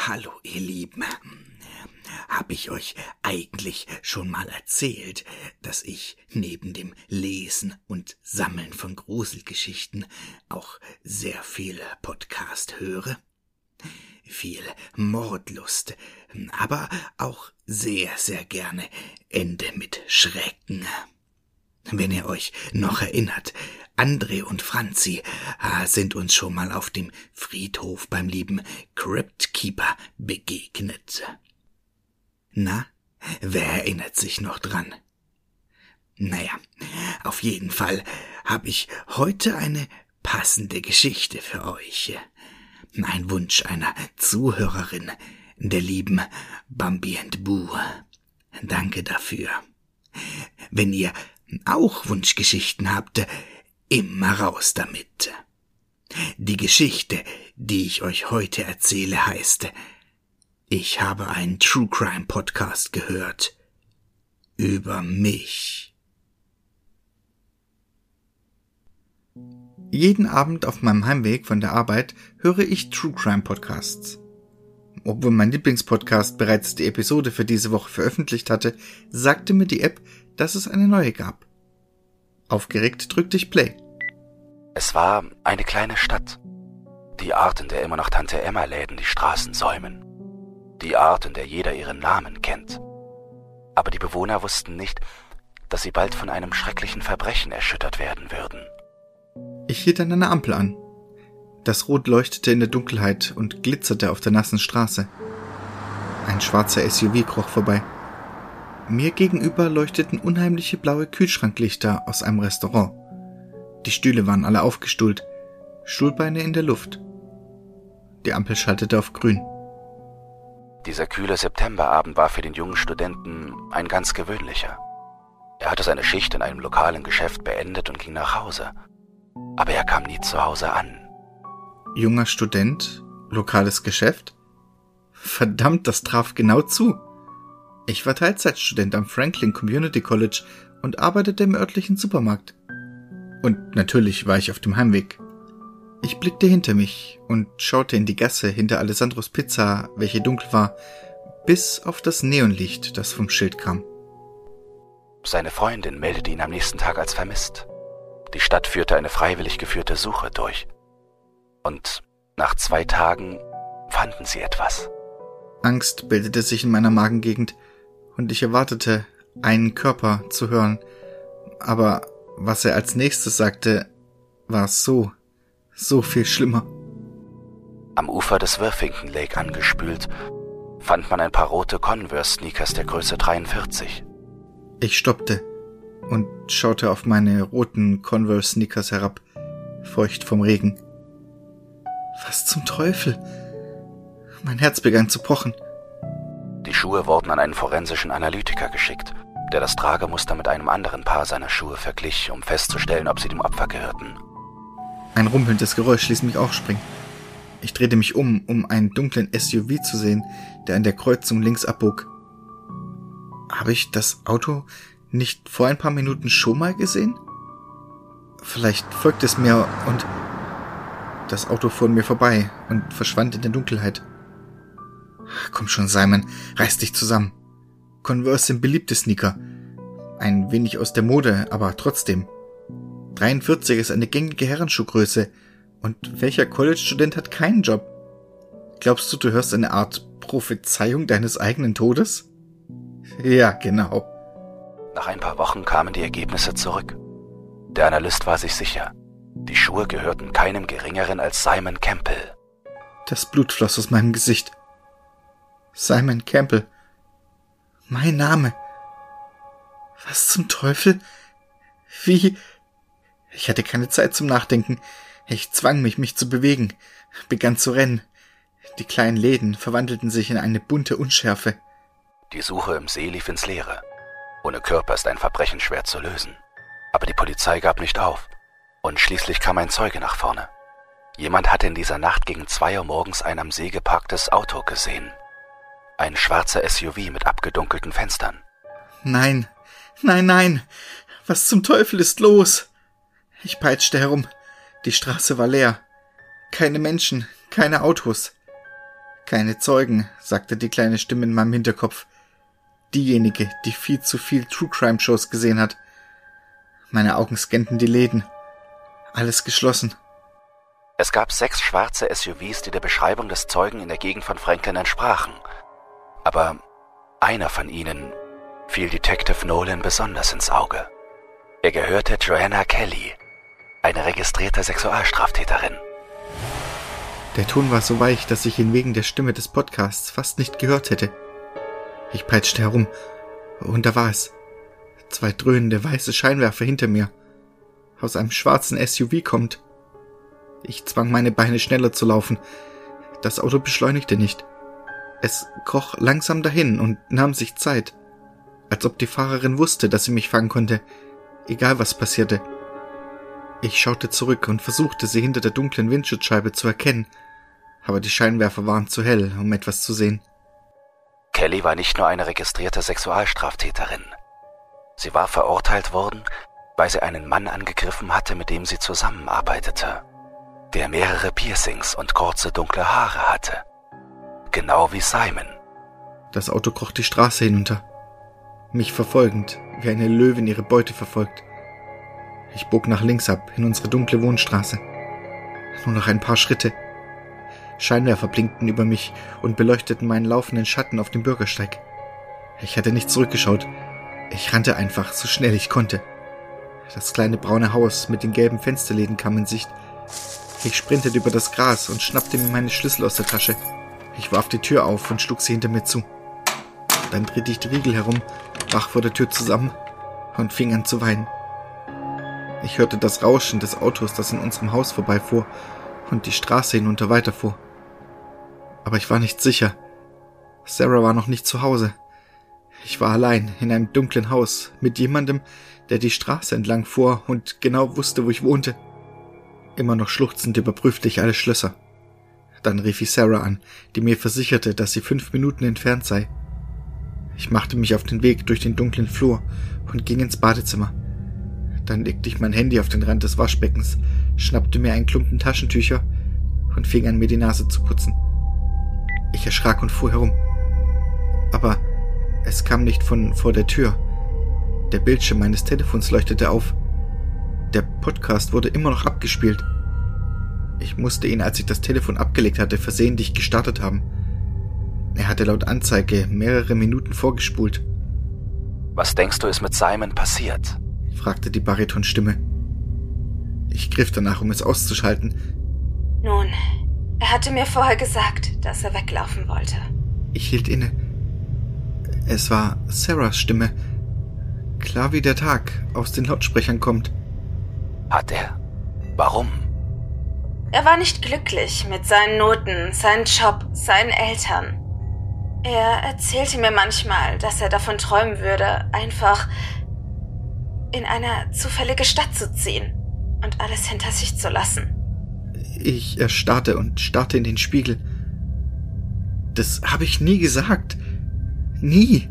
Hallo, ihr Lieben. Hab ich euch eigentlich schon mal erzählt, dass ich neben dem Lesen und Sammeln von Gruselgeschichten auch sehr viel Podcast höre? Viel Mordlust, aber auch sehr, sehr gerne Ende mit Schrecken. Wenn ihr euch noch erinnert, André und Franzi sind uns schon mal auf dem Friedhof beim lieben Cryptkeeper begegnet. Na, wer erinnert sich noch dran? Naja, auf jeden Fall habe ich heute eine passende Geschichte für euch. Ein Wunsch einer Zuhörerin, der lieben Bambi and Boo. Danke dafür. Wenn ihr auch Wunschgeschichten habt, immer raus damit. Die Geschichte, die ich euch heute erzähle, heißt: Ich habe einen True Crime Podcast gehört. Über mich. Jeden Abend auf meinem Heimweg von der Arbeit höre ich True Crime Podcasts. Obwohl mein Lieblingspodcast bereits die Episode für diese Woche veröffentlicht hatte, sagte mir die App, dass es eine neue gab. Aufgeregt drückte ich Play. Es war eine kleine Stadt. Die Art, in der immer noch Tante Emma-Läden die Straßen säumen. Die Art, in der jeder ihren Namen kennt. Aber die Bewohner wussten nicht, dass sie bald von einem schrecklichen Verbrechen erschüttert werden würden. Ich hielt an einer Ampel an. Das Rot leuchtete in der Dunkelheit und glitzerte auf der nassen Straße. Ein schwarzer SUV kroch vorbei. Mir gegenüber leuchteten unheimliche blaue Kühlschranklichter aus einem Restaurant. Die Stühle waren alle aufgestuhlt, Stuhlbeine in der Luft. Die Ampel schaltete auf grün. Dieser kühle Septemberabend war für den jungen Studenten ein ganz gewöhnlicher. Er hatte seine Schicht in einem lokalen Geschäft beendet und ging nach Hause. Aber er kam nie zu Hause an. Junger Student, lokales Geschäft? Verdammt, das traf genau zu. Ich war Teilzeitstudent am Franklin Community College und arbeitete im örtlichen Supermarkt. Und natürlich war ich auf dem Heimweg. Ich blickte hinter mich und schaute in die Gasse hinter Alessandros Pizza, welche dunkel war, bis auf das Neonlicht, das vom Schild kam. Seine Freundin meldete ihn am nächsten Tag als vermisst. Die Stadt führte eine freiwillig geführte Suche durch. Und nach 2 Tagen fanden sie etwas. Angst bildete sich in meiner Magengegend und ich erwartete, einen Körper zu hören. Aber was er als nächstes sagte, war so viel schlimmer. Am Ufer des Worthington Lake angespült, fand man ein paar rote Converse-Sneakers der Größe 43. Ich stoppte und schaute auf meine roten Converse-Sneakers herab, feucht vom Regen. Was zum Teufel? Mein Herz begann zu pochen. Die Schuhe wurden an einen forensischen Analytiker geschickt, der das Tragemuster mit einem anderen Paar seiner Schuhe verglich, um festzustellen, ob sie dem Opfer gehörten. Ein rumpelndes Geräusch ließ mich aufspringen. Ich drehte mich um einen dunklen SUV zu sehen, der an der Kreuzung links abbog. Habe ich das Auto nicht vor ein paar Minuten schon mal gesehen? Vielleicht folgte es mir und das Auto fuhr an mir vorbei und verschwand in der Dunkelheit. Komm schon, Simon, reiß dich zusammen. Converse sind beliebte Sneaker. Ein wenig aus der Mode, aber trotzdem. 43 ist eine gängige Herrenschuhgröße. Und welcher College-Student hat keinen Job? Glaubst du hörst eine Art Prophezeiung deines eigenen Todes? Ja, genau. Nach ein paar Wochen kamen die Ergebnisse zurück. Der Analyst war sich sicher. Die Schuhe gehörten keinem Geringeren als Simon Campbell. Das Blut floss aus meinem Gesicht. Simon Campbell. Mein Name. Was zum Teufel? Wie? Ich hatte keine Zeit zum Nachdenken. Ich zwang mich zu bewegen, begann zu rennen. Die kleinen Läden verwandelten sich in eine bunte Unschärfe. Die Suche im See lief ins Leere. Ohne Körper ist ein Verbrechen schwer zu lösen. Aber die Polizei gab nicht auf. Und schließlich kam ein Zeuge nach vorne. Jemand hatte in dieser Nacht gegen 2 Uhr morgens ein am See geparktes Auto gesehen. Ein schwarzer SUV mit abgedunkelten Fenstern. Nein, nein, nein! Was zum Teufel ist los? Ich peitschte herum. Die Straße war leer. Keine Menschen, keine Autos. Keine Zeugen, sagte die kleine Stimme in meinem Hinterkopf. Diejenige, die viel zu viel True-Crime-Shows gesehen hat. Meine Augen scannten die Läden. Alles geschlossen. Es gab 6 schwarze SUVs, die der Beschreibung des Zeugen in der Gegend von Franklin entsprachen. Aber einer von ihnen fiel Detective Nolan besonders ins Auge. Er gehörte Joanna Kelly, eine registrierte Sexualstraftäterin. Der Ton war so weich, dass ich ihn wegen der Stimme des Podcasts fast nicht gehört hätte. Ich peitschte herum, und da war es. 2 dröhnende weiße Scheinwerfer hinter mir. Aus einem schwarzen SUV kommt. Ich zwang meine Beine schneller zu laufen. Das Auto beschleunigte nicht. Es kroch langsam dahin und nahm sich Zeit. Als ob die Fahrerin wusste, dass sie mich fangen konnte, egal was passierte. Ich schaute zurück und versuchte, sie hinter der dunklen Windschutzscheibe zu erkennen, aber die Scheinwerfer waren zu hell, um etwas zu sehen. Kelly war nicht nur eine registrierte Sexualstraftäterin. Sie war verurteilt worden, weil sie einen Mann angegriffen hatte, mit dem sie zusammenarbeitete, der mehrere Piercings und kurze dunkle Haare hatte. Genau wie Simon. Das Auto kroch die Straße hinunter, mich verfolgend, wie eine Löwin ihre Beute verfolgt. Ich bog nach links ab, in unsere dunkle Wohnstraße. Nur noch ein paar Schritte. Scheinwerfer blinkten über mich und beleuchteten meinen laufenden Schatten auf dem Bürgersteig. Ich hatte nicht zurückgeschaut. Ich rannte einfach, so schnell ich konnte. Das kleine braune Haus mit den gelben Fensterläden kam in Sicht. Ich sprintete über das Gras und schnappte mir meine Schlüssel aus der Tasche. Ich warf die Tür auf und schlug sie hinter mir zu. Dann drehte ich die Riegel herum, brach vor der Tür zusammen und fing an zu weinen. Ich hörte das Rauschen des Autos, das in unserem Haus vorbeifuhr und die Straße hinunter weiterfuhr. Aber ich war nicht sicher. Sarah war noch nicht zu Hause. Ich war allein in einem dunklen Haus mit jemandem, der die Straße entlang fuhr und genau wusste, wo ich wohnte. Immer noch schluchzend überprüfte ich alle Schlösser. Dann rief ich Sarah an, die mir versicherte, dass sie 5 Minuten entfernt sei. Ich machte mich auf den Weg durch den dunklen Flur und ging ins Badezimmer. Dann legte ich mein Handy auf den Rand des Waschbeckens, schnappte mir einen Klumpen Taschentücher und fing an, mir die Nase zu putzen. Ich erschrak und fuhr herum. Aber es kam nicht von vor der Tür. Der Bildschirm meines Telefons leuchtete auf. Der Podcast wurde immer noch abgespielt. Ich musste ihn, als ich das Telefon abgelegt hatte, versehentlich gestartet haben. Er hatte laut Anzeige mehrere Minuten vorgespult. Was denkst du, ist mit Simon passiert? Fragte die Baritonstimme. Ich griff danach, um es auszuschalten. Nun, er hatte mir vorher gesagt, dass er weglaufen wollte. Ich hielt inne. Es war Sarahs Stimme. Klar wie der Tag aus den Lautsprechern kommt. Hat er? Warum? Er war nicht glücklich mit seinen Noten, seinem Job, seinen Eltern. Er erzählte mir manchmal, dass er davon träumen würde, einfach in eine zufällige Stadt zu ziehen und alles hinter sich zu lassen. Ich erstarrte und starrte in den Spiegel. Das habe ich nie gesagt. Nie.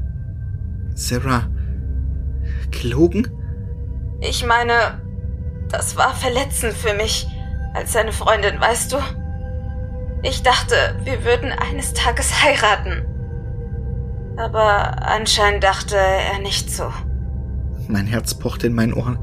Sarah, gelogen? Ich meine, das war verletzend für mich als seine Freundin, weißt du? Ich dachte, wir würden eines Tages heiraten. Aber anscheinend dachte er nicht so. Mein Herz pochte in meinen Ohren.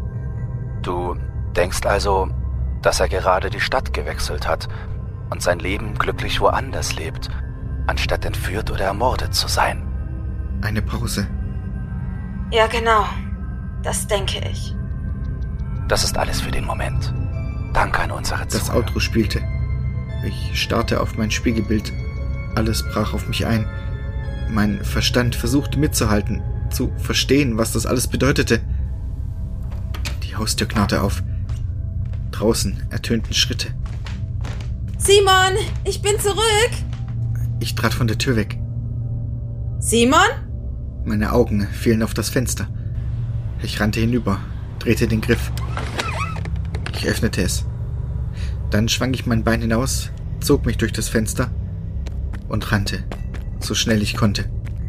Du denkst also, dass er gerade die Stadt gewechselt hat und sein Leben glücklich woanders lebt, anstatt entführt oder ermordet zu sein? Eine Pause. Ja, genau. Das denke ich. Das ist alles für den Moment. Danke an unsere Zuhörer. Das Outro spielte. Ich starrte auf mein Spiegelbild. Alles brach auf mich ein. Mein Verstand versuchte mitzuhalten, zu verstehen, was das alles bedeutete. Die Haustür knarrte auf. Draußen ertönten Schritte. Simon, ich bin zurück! Ich trat von der Tür weg. Simon? Meine Augen fielen auf das Fenster. Ich rannte hinüber, drehte den Griff. Ich öffnete es. Dann schwang ich mein Bein hinaus, zog mich durch das Fenster und rannte, so schnell ich konnte.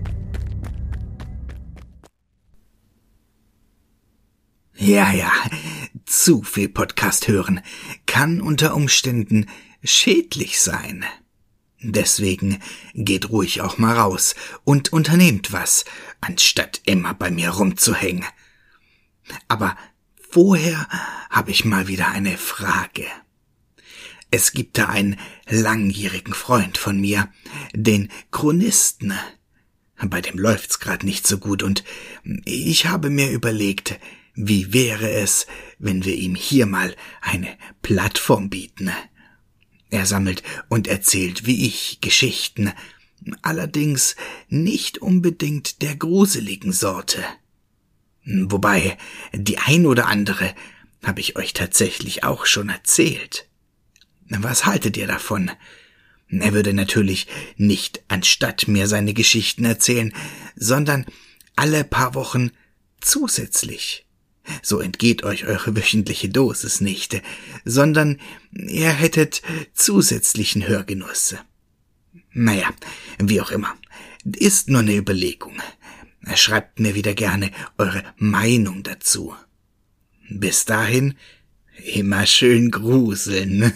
Ja, zu viel Podcast hören kann unter Umständen schädlich sein. Deswegen geht ruhig auch mal raus und unternehmt was, anstatt immer bei mir rumzuhängen. Aber vorher habe ich mal wieder eine Frage. Es gibt da einen langjährigen Freund von mir, den Chronisten. Bei dem läuft's grad nicht so gut und ich habe mir überlegt, wie wäre es, wenn wir ihm hier mal eine Plattform bieten? Er sammelt und erzählt wie ich Geschichten, allerdings nicht unbedingt der gruseligen Sorte. Wobei, die ein oder andere habe ich euch tatsächlich auch schon erzählt. Was haltet ihr davon? Er würde natürlich nicht anstatt mir seine Geschichten erzählen, sondern alle paar Wochen zusätzlich. So entgeht euch eure wöchentliche Dosis nicht, sondern ihr hättet zusätzlichen Hörgenuss. Naja, wie auch immer, ist nur eine Überlegung. Schreibt mir wieder gerne eure Meinung dazu. Bis dahin, immer schön gruseln.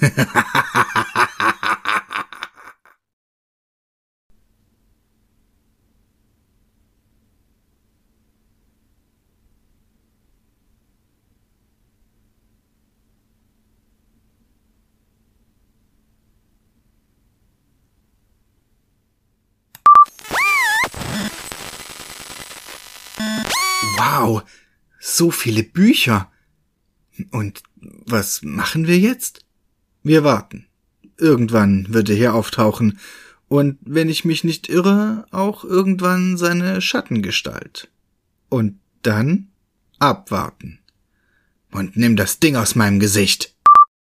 Wow, so viele Bücher. Und was machen wir jetzt? Wir warten. Irgendwann wird er hier auftauchen. Und wenn ich mich nicht irre, auch irgendwann seine Schattengestalt. Und dann abwarten. Und nimm das Ding aus meinem Gesicht.